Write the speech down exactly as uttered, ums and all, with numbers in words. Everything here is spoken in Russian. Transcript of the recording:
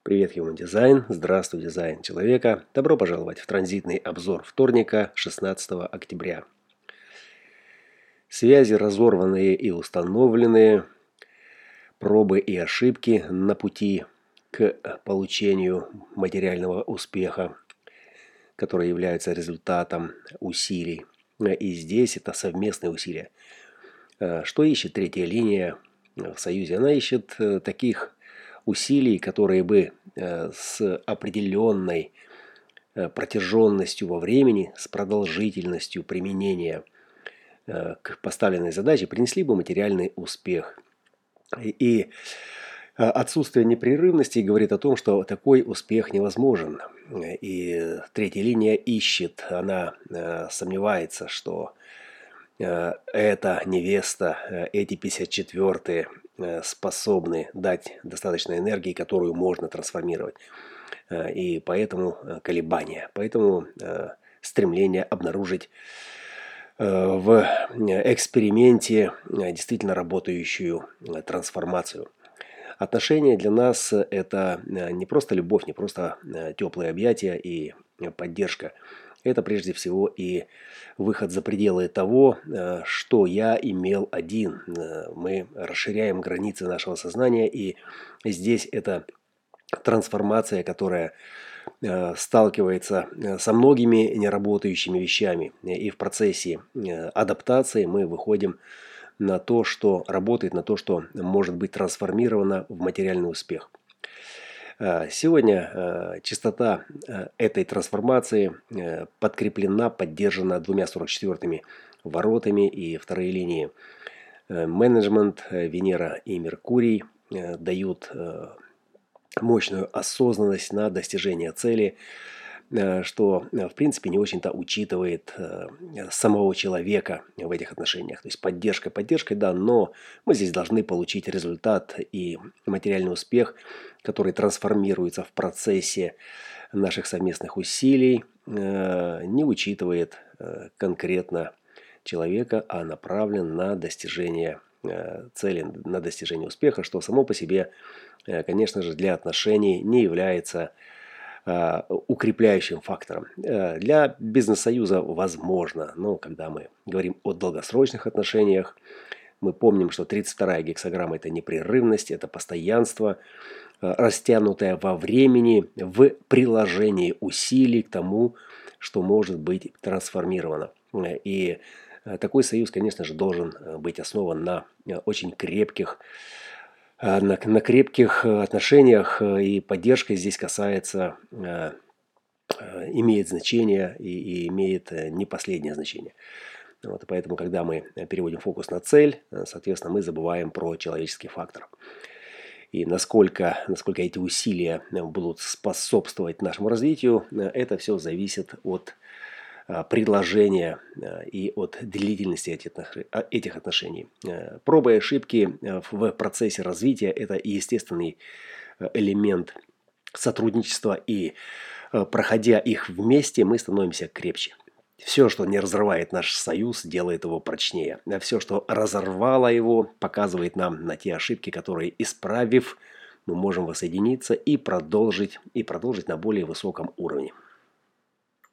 Привет, Human Design. Здравствуй, дизайн человека. Добро пожаловать в транзитный обзор вторника, шестнадцатого октября. Связи разорванные и установленные, пробы и ошибки на пути к получению материального успеха, который является результатом усилий. И здесь это совместные усилия. Что ищет третья линия в Союзе? Она ищет таких усилий, которые бы с определенной протяженностью во времени, с продолжительностью применения к поставленной задаче принесли бы материальный успех. И отсутствие непрерывности говорит о том, что такой успех невозможен. И третья линия ищет, она сомневается, что эта невеста, эти пятьдесят четвёртые способны дать достаточно энергии, которую можно трансформировать. И поэтому колебания, поэтому стремление обнаружить в эксперименте действительно работающую трансформацию. Отношения для нас – это не просто любовь, не просто теплые объятия и поддержка. Это прежде всего и выход за пределы того, что я имел один. Мы расширяем границы нашего сознания, и здесь это трансформация, которая сталкивается со многими неработающими вещами. И в процессе адаптации мы выходим на то, что работает, на то, что может быть трансформировано в материальный успех. Сегодня частота этой трансформации подкреплена, поддержана двумя сорок четвёртыми воротами и второй линии. Менеджмент, Венера и Меркурий дают мощную осознанность на достижение цели, что в принципе не очень-то учитывает самого человека в этих отношениях. То есть поддержка поддержкой, да, но мы здесь должны получить результат и материальный успех, который трансформируется в процессе наших совместных усилий, не учитывает конкретно человека, а направлен на достижение цели, на достижение успеха, что само по себе, конечно же, для отношений не является укрепляющим фактором. Для бизнес-союза возможно, но когда мы говорим о долгосрочных отношениях, мы помним, что тридцать вторая гексаграмма – это непрерывность, это постоянство, растянутое во времени в приложении усилий к тому, что может быть трансформировано. И такой союз, конечно же, должен быть основан на очень крепких На, на крепких отношениях, и поддержка здесь касается, имеет значение и, и имеет не последнее значение. Вот, и поэтому, когда мы переводим фокус на цель, соответственно, мы забываем про человеческий фактор. И насколько, насколько эти усилия будут способствовать нашему развитию, это все зависит от предложения и от длительности этих отношений. Пробы и ошибки в процессе развития – это естественный элемент сотрудничества, и проходя их вместе, мы становимся крепче. Все, что не разрывает наш союз, делает его прочнее. А все, что разорвало его, показывает нам на те ошибки, которые, исправив, мы можем воссоединиться и продолжить, и продолжить на более высоком уровне.